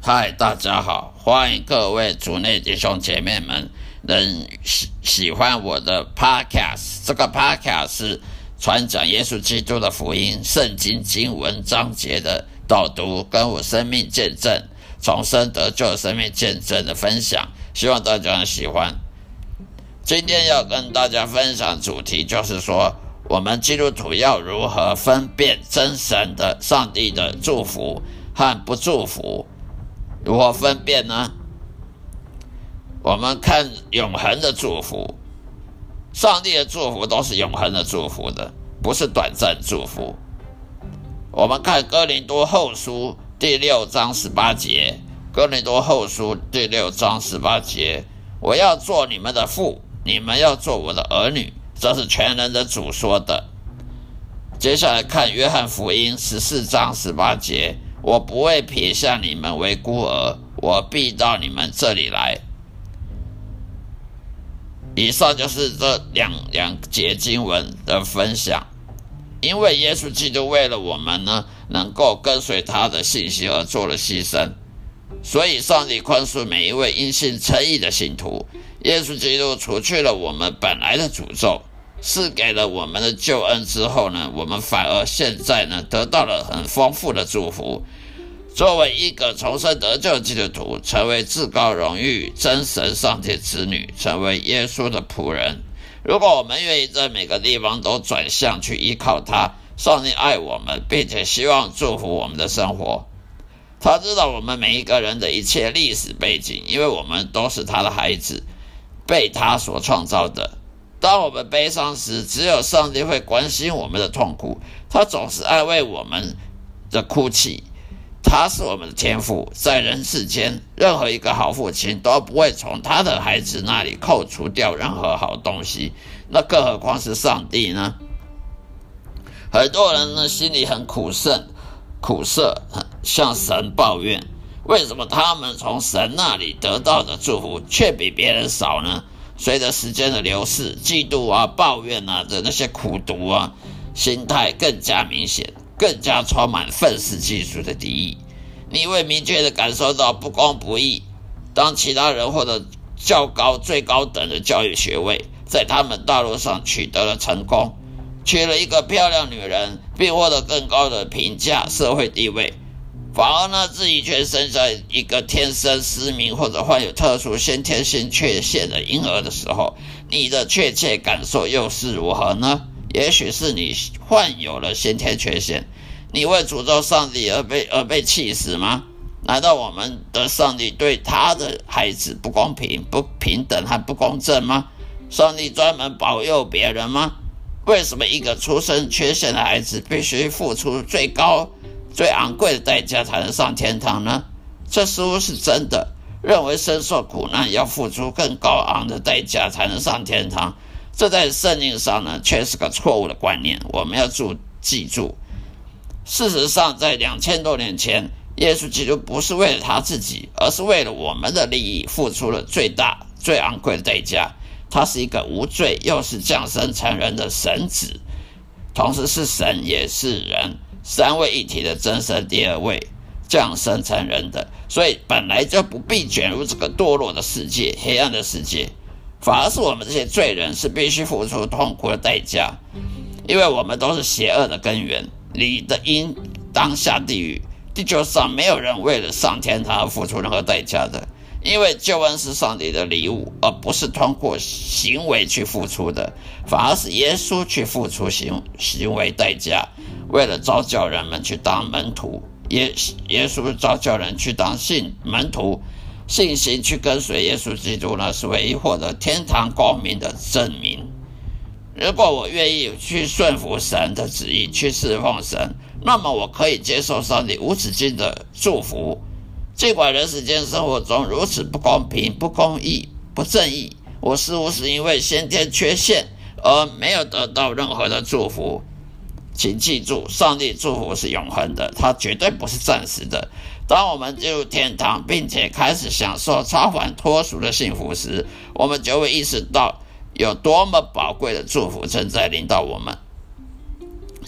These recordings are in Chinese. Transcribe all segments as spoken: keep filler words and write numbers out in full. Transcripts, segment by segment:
嗨，大家好，欢迎各位主内弟兄姐妹们能喜喜欢我的 podcast。 这个 podcast 是传讲耶稣基督的福音、圣经经文章节的导读，跟我生命见证重生得救的生命见证的分享，希望大家能喜欢。今天要跟大家分享主题就是说，我们基督徒要如何分辨真神的上帝的祝福和不祝福。如何分辨呢？我们看永恒的祝福，上帝的祝福都是永恒的祝福的，不是短暂祝福。我们看哥林多后书第六章十八节，哥林多后书第六章十八节，我要做你们的父，你们要做我的儿女，这是全能的主说的。接下来看约翰福音十四章十八节，我不会撇下你们为孤儿，我必到你们这里来。以上就是这两两节经文的分享。因为耶稣基督为了我们呢，能够跟随他的信息而做了牺牲，所以上帝宽恕每一位因信称义的信徒。耶稣基督除去了我们本来的诅咒，赐给了我们的救恩之后呢，我们反而现在呢得到了很丰富的祝福。作为一个重生得救的基督徒，成为至高荣誉真神上帝子女，成为耶稣的仆人。如果我们愿意在每个地方都转向去依靠他，上帝爱我们，并且希望祝福我们的生活。他知道我们每一个人的一切历史背景，因为我们都是他的孩子，被他所创造的。当我们悲伤时，只有上帝会关心我们的痛苦，他总是安慰我们的哭泣。他是我们的天父，在人世间，任何一个好父亲都不会从他的孩子那里扣除掉任何好东西，那更何况是上帝呢？很多人呢心里很苦涩，苦涩向神抱怨，为什么他们从神那里得到的祝福却比别人少呢？随着时间的流逝，嫉妒啊、抱怨啊的那些苦毒啊心态更加明显，更加充满愤世嫉俗的敌意。你会明确地感受到不公不义。当其他人获得较高最高等的教育学位，在他们道路上取得了成功，娶了一个漂亮女人，并获得更高的评价、社会地位，反而呢自己却生下一个天生失明或者患有特殊先天性缺陷的婴儿的时候，你的确切感受又是如何呢？也许是你患有了先天缺陷，你会诅咒上帝而被而被气死吗？难道我们的上帝对他的孩子不公平、不平等和不公正吗？上帝专门保佑别人吗？为什么一个出生缺陷的孩子必须付出最高、最昂贵的代价才能上天堂呢？这似乎是真的，认为深受苦难要付出更高昂的代价才能上天堂。这在圣经上呢，却是个错误的观念。我们要注记住，事实上，在两千多年前，耶稣基督不是为了他自己，而是为了我们的利益，付出了最大、最昂贵的代价。他是一个无罪，又是降生成人的神子，同时是神也是人，三位一体的真神第二位降生成人的，所以本来就不必卷入这个堕落的世界、黑暗的世界。反而是我们这些罪人是必须付出痛苦的代价，因为我们都是邪恶的根源，你的因当下地狱。地球上没有人为了上天堂而付出任何代价的，因为救恩是上帝的礼物，而不是通过行为去付出的，反而是耶稣去付出行行为代价，为了召叫人们去当门徒。耶耶稣召叫人去当信门徒，信心去跟随耶稣基督呢，是唯一获得天堂光明的证明。如果我愿意去顺服神的旨意，去侍奉神，那么我可以接受上帝无止境的祝福。尽管人世间生活中如此不公平、不公义、不正义，我似乎是因为先天缺陷而没有得到任何的祝福。请记住，上帝祝福是永恒的，它绝对不是暂时的。当我们进入天堂，并且开始享受超凡脱俗的幸福时，我们就会意识到有多么宝贵的祝福正在临到我们。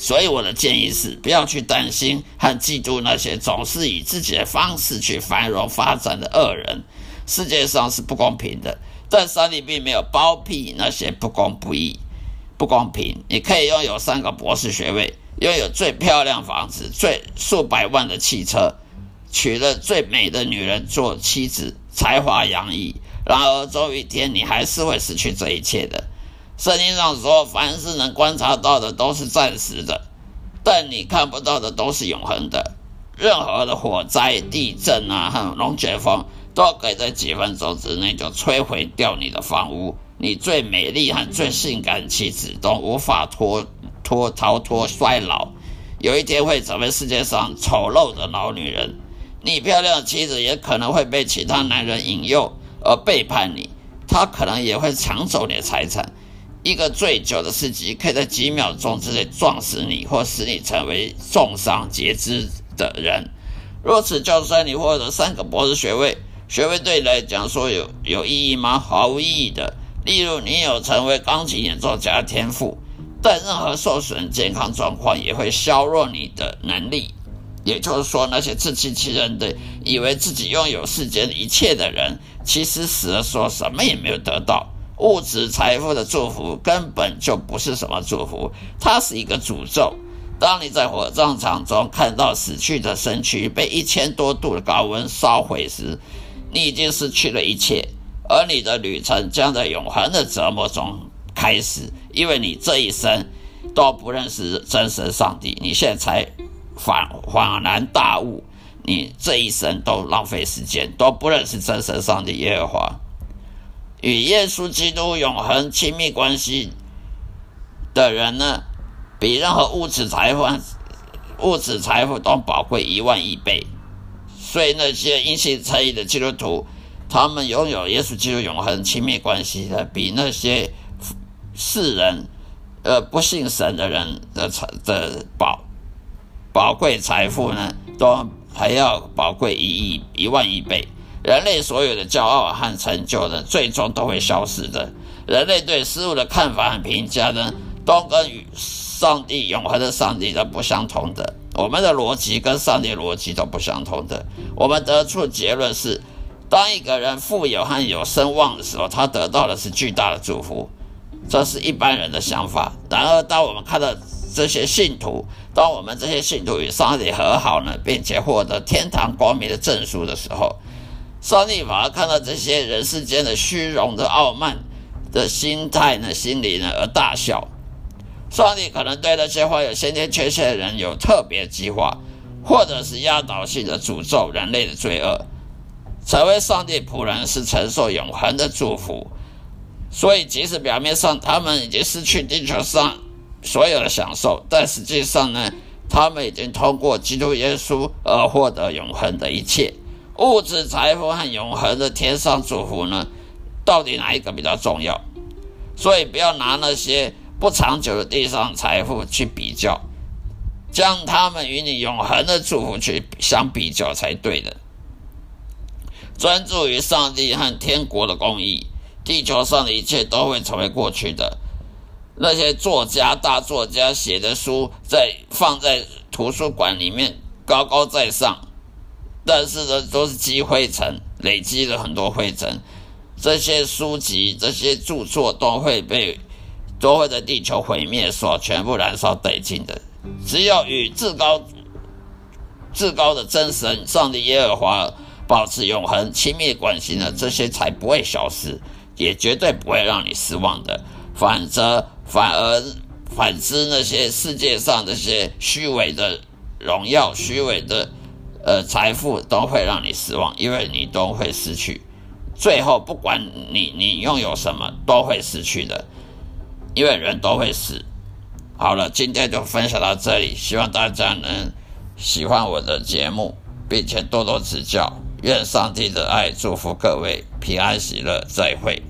所以我的建议是，不要去担心和嫉妒那些总是以自己的方式去繁荣发展的恶人。世界上是不公平的，但上帝并没有包庇那些不公不义、不公平。你可以拥有三个博士学位，拥有最漂亮房子、最数百万的汽车，娶了最美的女人做妻子，才华洋溢。然而终有一天你还是会失去这一切的。圣经上说，凡是能观察到的都是暂时的，但你看不到的都是永恒的。任何的火灾、地震啊和龙卷风都可以在几分钟之内就摧毁掉你的房屋，你最美丽和最性感的妻子都无法脱脱逃脱衰老，有一天会成为世界上丑陋的老女人。你漂亮的妻子也可能会被其他男人引诱而背叛你，他可能也会抢走你的财产。一个醉酒的司机可以在几秒钟之内撞死你，或使你成为重伤截肢的人。若此，就算你获得三个博士学位，学位对你来讲说有有意义吗？毫无意义的。例如，你有成为钢琴演奏家的天赋，但任何受损健康状况也会削弱你的能力。也就是说，那些自欺欺人的以为自己拥有世间一切的人，其实死了说什么也没有得到。物质财富的祝福根本就不是什么祝福，它是一个诅咒。当你在火葬场中看到死去的身躯被一千多度的高温烧毁时，你已经失去了一切，而你的旅程将在永恒的折磨中开始，因为你这一生都不认识真神上帝。你现在才恍恍然大悟，你这一生都浪费时间，都不认识真神上帝耶和华。与耶稣基督永恒亲密关系的人呢，比任何物质财富物质财富都宝贵一万亿倍。所以那些因信称义的基督徒，他们拥有耶稣基督永恒亲密关系的，比那些世人呃不信神的人的的宝宝贵财富呢，都还要宝贵一亿一万亿倍。人类所有的骄傲和成就呢，最终都会消失的。人类对事物的看法和评价呢，都跟与上帝永恒的上帝都不相同的。我们的逻辑跟上帝的逻辑都不相同的。我们得出的结论是，当一个人富有和有声望的时候，他得到的是巨大的祝福，这是一般人的想法。然而当我们看到这些信徒，当我们这些信徒与上帝和好呢，并且获得天堂光明的证书的时候，上帝反而看到这些人世间的虚荣的傲慢的心态呢，心里呢而大笑。上帝可能对那些患有先天缺陷的人有特别计划，或者是压倒性的诅咒人类的罪恶。成为上帝仆人是承受永恒的祝福，所以即使表面上他们已经失去地球上所有的享受，但实际上呢，他们已经通过基督耶稣而获得永恒的一切。物质财富和永恒的天上祝福呢，到底哪一个比较重要？所以不要拿那些不长久的地上财富去比较，将他们与你永恒的祝福去相比较才对的。专注于上帝和天国的公义，地球上的一切都会成为过去的。那些作家大作家写的书在放在图书馆里面高高在上，但是呢都是积灰尘，累积了很多灰尘。这些书籍这些著作都会被都会在地球毁灭所全部燃烧殆尽的。只有与至高至高的真神上帝耶和华保持永恒亲密关系呢，这些才不会消失，也绝对不会让你失望的。反则反而反之，那些世界上这些虚伪的荣耀虚伪的呃财富都会让你失望，因为你都会失去。最后不管你你拥有什么都会失去的，因为人都会死。好了，今天就分享到这里，希望大家能喜欢我的节目，并且多多指教。愿上帝的爱祝福各位平安喜乐，再会。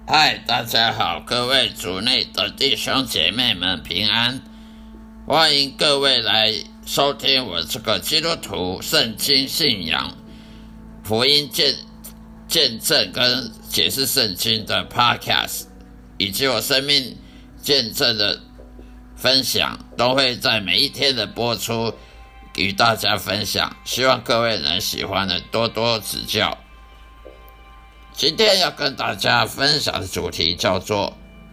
嗨，大家好，各位主内的弟兄姐妹们平安，欢迎各位来收听我这个基督徒圣经信仰福音见见证跟解释圣经的 podcast， 以及我生命见证的分享，都会在每一天的播出与大家分享，希望各位能喜欢的多多指教。今天要跟大家分享的主题叫做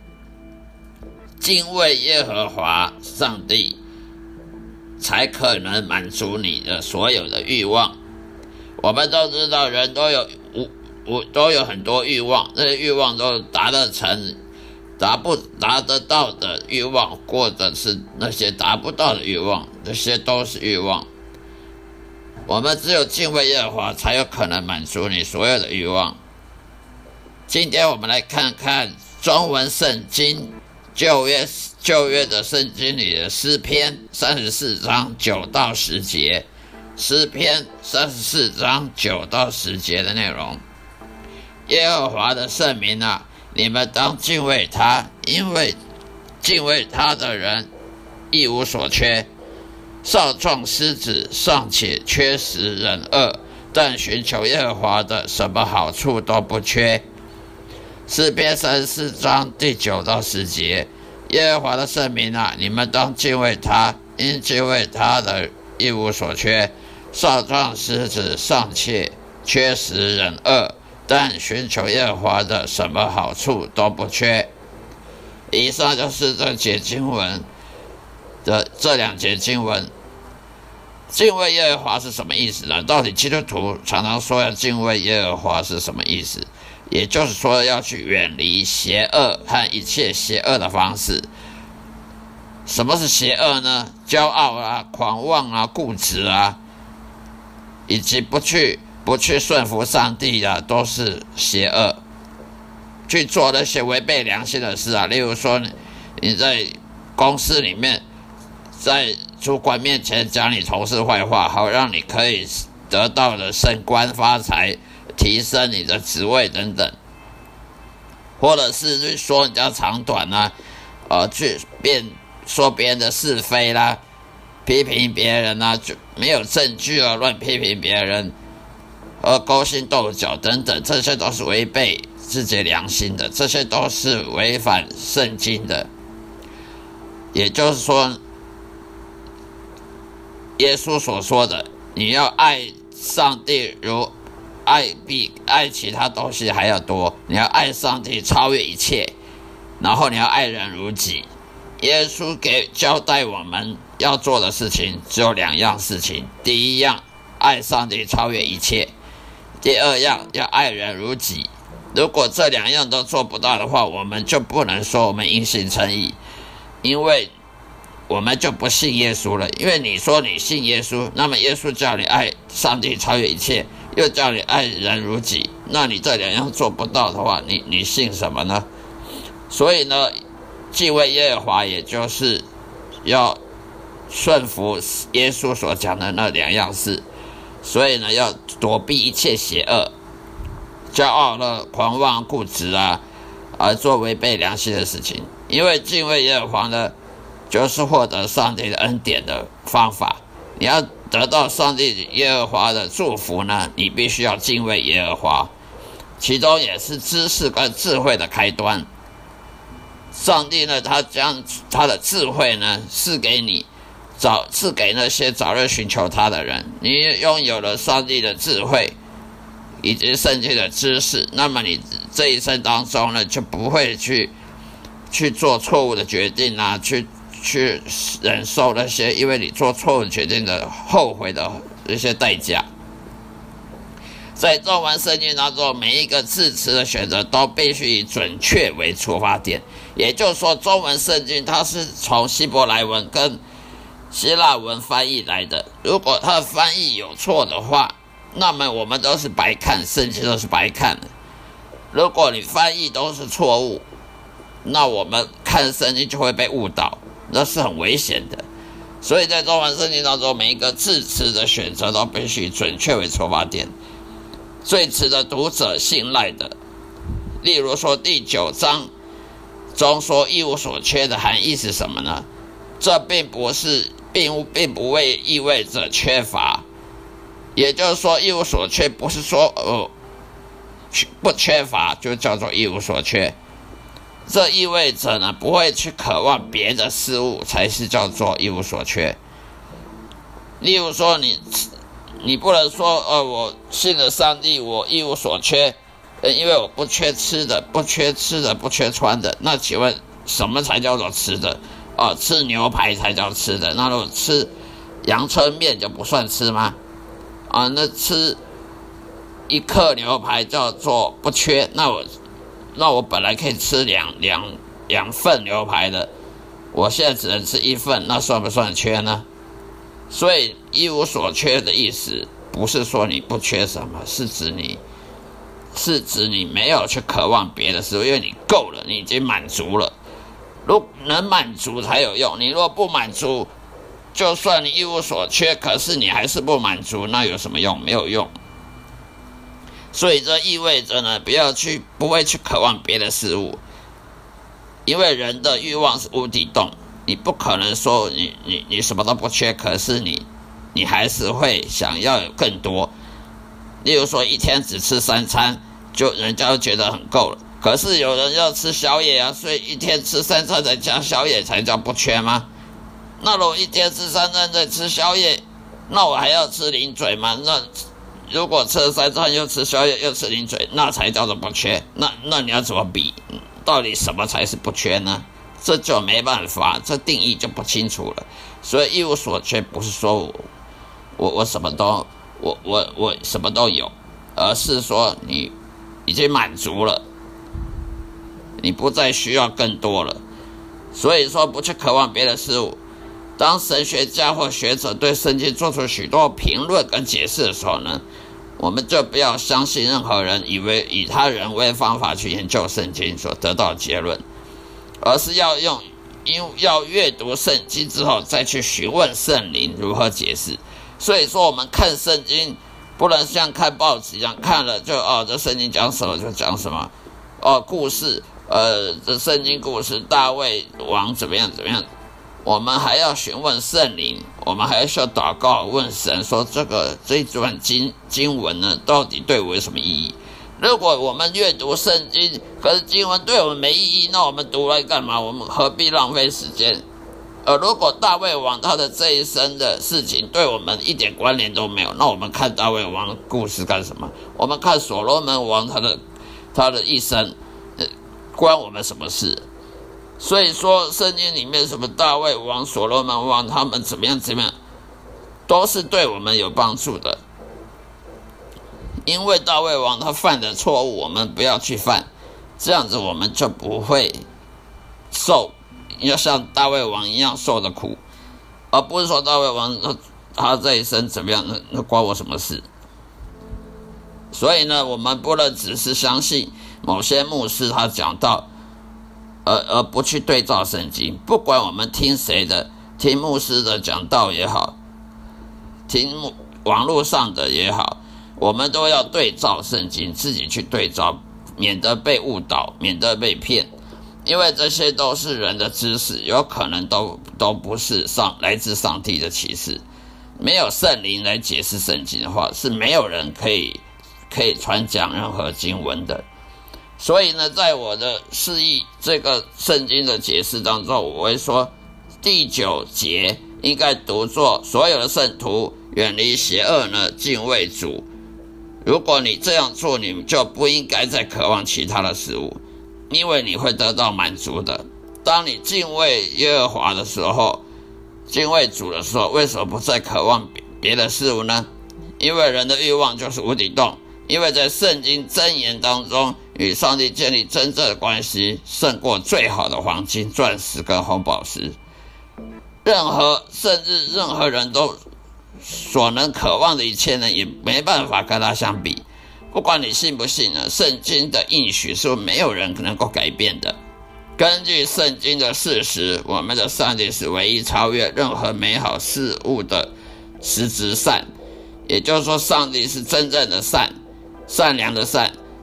敬畏耶和华上帝，才可能满足你的所有的欲望。我们都知道人都有无无都有很多欲望，这些欲望都达得成达不达得到的欲望，或者是那些达不到的欲望，这些都是欲望。我们只有敬畏耶和华，才有可能满足你所有的欲望。今天我们来看看中文圣经旧约旧约的圣经里的诗篇三十四章九到十节，诗篇三十四章九到十节的内容。耶和华的圣名啊，你们当敬畏他，因为敬畏他的人一无所缺。少壮狮子尚且缺食忍饿，但寻求耶和华的什么好处都不缺。诗篇三十四章第九到十节，耶和华的圣名啊，你们当敬畏他，因敬畏他的一无所缺。少壮狮子尚且缺食忍饿，但寻求耶和华的什么好处都不缺。以上就是这节经文的这两节经文。敬畏耶和华是什么意思呢？到底基督徒常常说要敬畏耶和华是什么意思？也就是说要去远离邪恶和一切邪恶的方式。什么是邪恶呢？骄傲啊、狂妄啊、固执啊，以及不去不去顺服上帝啊，都是邪恶。去做那些违背良心的事啊，例如说你在公司里面在主管面前讲你同事坏话，好让你可以得到的升官发财，提升你的职位等等，或者是去说人家长短啊，呃，去辩说别人的是非啦，批评别人啊，就没有证据啊，乱批评别人，和勾心斗角等等，这些都是违背自己良心的，这些都是违反圣经的。也就是说，耶稣所说的，你要爱上帝如爱比爱其他东西还要多，你要爱上帝超越一切，然后你要爱人如己。耶稣给交代我们要做的事情只有两样事情，第一样爱上帝超越一切，第二样要爱人如己。如果这两样都做不到的话，我们就不能说我们因信称义，因为我们就不信耶稣了。因为你说你信耶稣，那么耶稣叫你爱上帝超越一切，又叫你爱人如己，那你这两样做不到的话，你你信什么呢？所以呢，敬畏耶和华也就是要顺服耶稣所讲的那两样事。所以呢，要躲避一切邪恶，骄傲了、狂妄、固执啊，而做违背良心的事情。因为敬畏耶和华呢，就是获得上帝的恩典的方法。你要得到上帝耶和华的祝福呢，你必须要敬畏耶和华，其中也是知识跟智慧的开端。上帝呢，他将他的智慧呢赐给你，早赐给那些早日寻求他的人。你拥有了上帝的智慧以及圣经的知识，那么你这一生当中呢，就不会去去做错误的决定啊，去去忍受那些因为你做错误决定的后悔的一些代价。在中文圣经当中，每一个字词的选择都必须以准确为出发点，也就是说，中文圣经它是从希伯来文跟希腊文翻译来的。如果它的翻译有错的话，那么我们都是白看，圣经都是白看的。如果你翻译都是错误，那我们看圣经就会被误导，那是很危险的。所以在中文圣经当中，每一个字词的选择都必须以准确为出发点，最值得读者信赖的例如说第九章中说一无所缺的含义是什么呢？这并不是并并不会意味着缺乏，也就是说一无所缺不是说呃不缺乏就叫做一无所缺，这意味着呢不会去渴望别的事物才是叫做一无所缺。例如说你你不能说呃我信了上帝我一无所缺，因为我不缺吃的不缺吃的不缺穿的，那请问什么才叫做吃的？哦，吃牛排才叫吃的，那如果吃阳春面就不算吃吗？啊，那吃一克牛排叫做不缺，那我那我本来可以吃两两两份牛排的，我现在只能吃一份，那算不算缺呢？所以一无所缺的意思不是说你不缺什么，是指你是指你没有去渴望别的事物，因为你够了，你已经满足了。如能满足才有用，你若不满足，就算你一无所缺，可是你还是不满足，那有什么用？没有用。所以这意味着呢，不要去，不会去渴望别的事物，因为人的欲望是无底洞，你不可能说你你你什么都不缺，可是你你还是会想要有更多。例如说一天只吃三餐，就人家就觉得很够了。可是有人要吃宵夜啊，所以一天吃三餐再加宵夜才叫不缺吗？那如果一天吃三餐再吃宵夜，那我还要吃零嘴吗？那如果吃了三餐又吃宵夜又吃零嘴，那才叫做不缺。那那你要怎么比？到底什么才是不缺呢？这就没办法，这定义就不清楚了。所以一无所缺不是说我我我什么都我我我什么都有，而是说你已经满足了。你不再需要更多了，所以说不去渴望别的事物。当神学家或学者对圣经做出许多评论跟解释的时候呢，我们就不要相信任何人以为以他人为方法去研究圣经所得到的结论，而是要用因要阅读圣经之后再去询问圣灵如何解释。所以说我们看圣经不能像看报纸一样，看了就哦这圣经讲什么就讲什么，哦故事呃，这圣经故事大卫王怎么样怎么样，我们还要询问圣灵，我们还要需要祷告问神说这个这一段经经文呢到底对我有什么意义。如果我们阅读圣经可是经文对我们没意义，那我们读来干嘛？我们何必浪费时间？而如果大卫王他的这一生的事情对我们一点关联都没有，那我们看大卫王的故事干什么？我们看所罗门王他的他的一生关我们什么事？所以说圣经里面什么大卫王所罗门王他们怎么样怎么样都是对我们有帮助的，因为大卫王他犯的错误我们不要去犯，这样子我们就不会受要像大卫王一样受的苦，而不是说大卫王他这一生怎么样那关我什么事。所以呢我们不能只是相信某些牧师他讲到而而不去对照圣经，不管我们听谁的，听牧师的讲道也好，听网络上的也好，我们都要对照圣经，自己去对照，免得被误导，免得被骗。因为这些都是人的知识，有可能都都不是上来自上帝的启示。没有圣灵来解释圣经的话，是没有人可以可以传讲任何经文的。所以呢，在我的释义这个圣经的解释当中，我会说第九节应该读作所有的圣徒远离邪恶呢，敬畏主。如果你这样做，你就不应该再渴望其他的事物，因为你会得到满足的。当你敬畏耶和华的时候，敬畏主的时候，为什么不再渴望别的事物呢？因为人的欲望就是无底洞，因为在圣经箴言当中，与上帝建立真正的关系胜过最好的黄金、钻石跟红宝石。任何甚至任何人都所能渴望的一切呢，也没办法跟他相比。不管你信不信呢，圣经的应许是没有人能够改变的。根据圣经的事实，我们的上帝是唯一超越任何美好事物的实质善，也就是说上帝是真正的善，善良的善，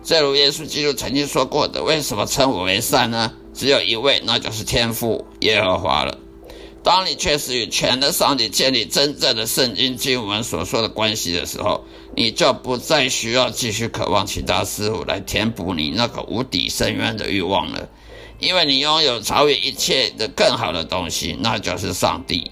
正如耶稣基督曾经说过的，为什么称我为善呢？只有一位，那就是天父耶和华了。当你确实与全能上帝建立真正的圣经经文所说的关系的时候，你就不再需要继续渴望其他事物来填补你那个无底深渊的欲望了，因为你拥有超越一切的更好的东西，那就是上帝。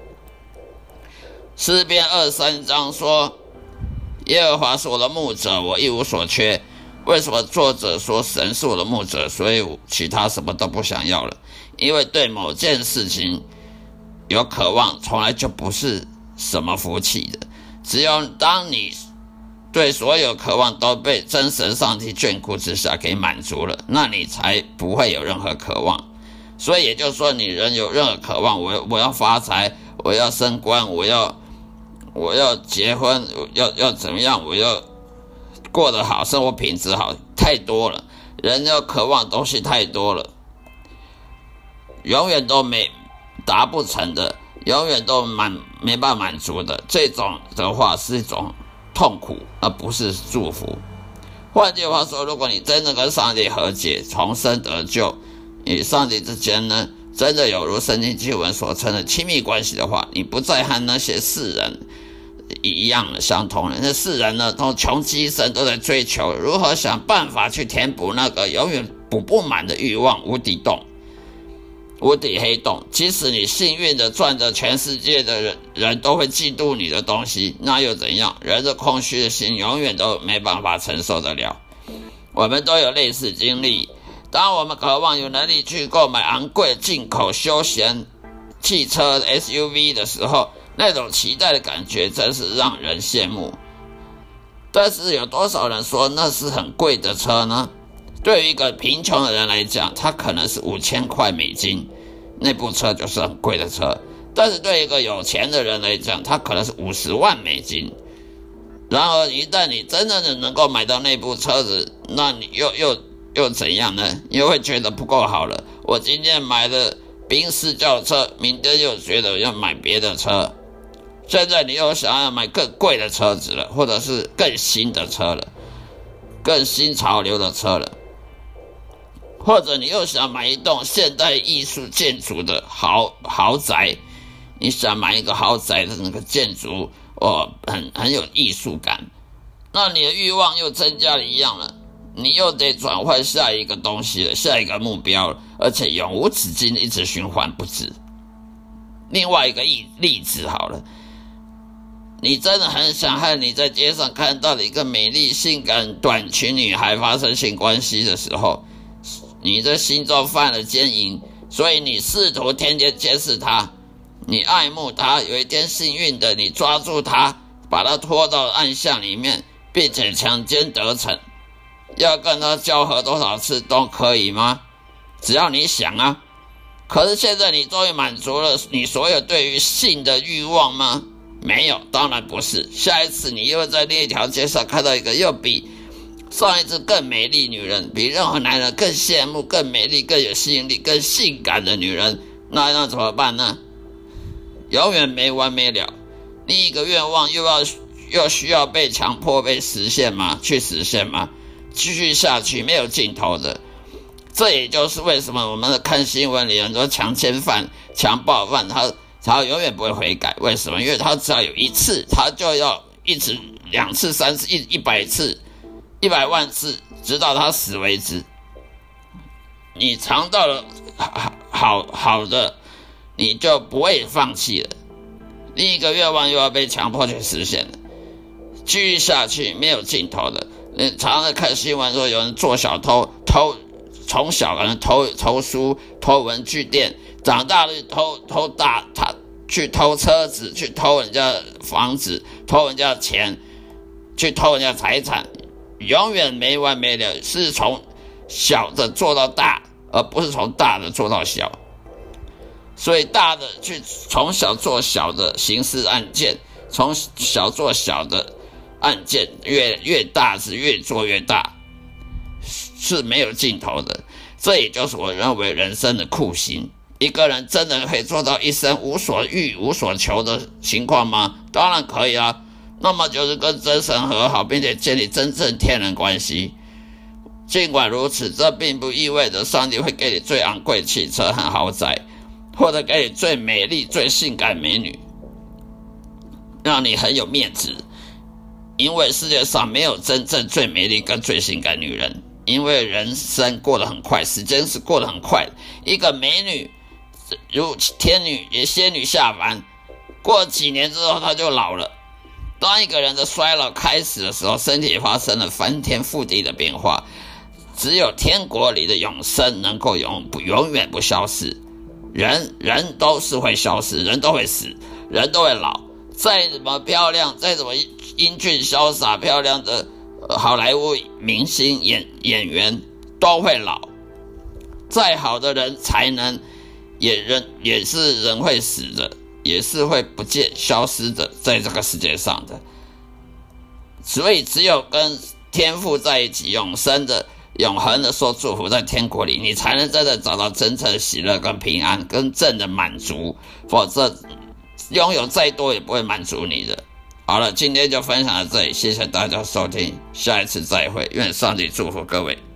诗篇二十三章说，耶和华是我的牧者，我一无所缺。为什么作者说神是我的牧者，所以其他什么都不想要了？因为对某件事情有渴望，从来就不是什么福气的。只有当你对所有渴望都被真神上帝眷顾之下给满足了，那你才不会有任何渴望。所以也就是说，你人有任何渴望，我我要发财，我要升官，我要我要结婚，要要怎么样，我要过得好，生活品质好，太多了。人要渴望的东西太多了，永远都没达不成的，永远都满没办法满足的。这种的话是一种痛苦，而不是祝福。换句话说，如果你真的跟上帝和解，重生得救，与上帝之间呢，真的有如圣经经文所称的亲密关系的话，你不再和那些世人一样的相同的。那世人呢，都穷极一生都在追求如何想办法去填补那个永远补不满的欲望无底洞、无底黑洞。即使你幸运的赚着全世界的人人都会嫉妒你的东西，那又怎样？人的空虚的心永远都没办法承受得了。我们都有类似经历，当我们渴望有能力去购买昂贵进口休闲汽车 S U V 的时候，那种期待的感觉真是让人羡慕。但是有多少人说那是很贵的车呢？对于一个贫穷的人来讲，他可能是五千块美金，那部车就是很贵的车。但是对一个有钱的人来讲，他可能是五十万美金。然而一旦你真正的能够买到那部车子，那你又又又怎样呢？你又会觉得不够好了。我今天买了宾士轿车，明天又觉得要买别的车，现在你又想要买更贵的车子了，或者是更新的车了，更新潮流的车了，或者你又想买一栋现代艺术建筑的豪豪宅，你想买一个豪宅的那个建筑，哦，很很有艺术感，那你的欲望又增加了一样了，你又得转换下一个东西了，下一个目标了，而且永无止境，一直循环不止。另外一个例子好了，你真的很想和你在街上看到的一个美丽性感短裙女孩发生性关系的时候，你的心中犯了奸淫，所以你试图天天监视她，你爱慕她，有一天幸运的你抓住她，把她拖到暗巷里面，并且强奸得逞。要跟她交合多少次都可以吗？只要你想啊。可是现在你终于满足了你所有对于性的欲望吗？没有，当然不是。下一次你又在另一条街上看到一个又比上一次更美丽女人，比任何男人更羡慕、更美丽、更有吸引力、更性感的女人，那那怎么办呢？永远没完没了。另一个愿望又要又需要被强迫被实现吗？去实现吗？继续下去没有尽头的。这也就是为什么我们看新闻里很多强奸犯、强暴犯，他他永远不会悔改。为什么？因为他只要有一次，他就要一直两次、三次、一一百次、一百万次，直到他死为止。你尝到了好好好的，你就不会放弃了。另一个愿望又要被强迫去实现了，继续下去没有尽头的。你常常看新闻说有人做小偷，偷从小可能偷偷书、偷文具店，长大了偷偷大他去偷车子，去偷人家房子，偷人家钱，去偷人家财产，永远没完没了，是从小的做到大，而不是从大的做到小。所以大的去从小做小的刑事案件，从小做小的案件，越越大是越做越大，是没有尽头的。这也就是我认为人生的酷刑。一个人真的可以做到一生无所欲无所求的情况吗？当然可以啊。那么就是跟真神和好，并且建立真正天人关系。 尽管如此，这并不意味着上帝会给你最昂贵的汽车和豪宅，或者给你最美丽、最性感美女，让你很有面子。因为世界上没有真正最美丽跟最性感女人，因为人生过得很快，时间是过得很快的。一个美女如天女也仙女下凡，过几年之后她就老了。当一个人的衰老开始的时候，身体发生了翻天覆地的变化。只有天国里的永生能够永不永远不消失。人人都是会消失，人都会死，人都会老。再怎么漂亮，再怎么英俊潇洒漂亮的、呃、好莱坞明星演演员都会老。再好的人才能也人也是人会死的，也是会不见消失的，在这个世界上的。所以只有跟天父在一起，永生的永恒的受祝福在天国里，你才能真的找到真正的喜乐跟平安跟正的满足，否则拥有再多也不会满足你的。好了，今天就分享到这里，谢谢大家收听，下一次再会，愿上帝祝福各位。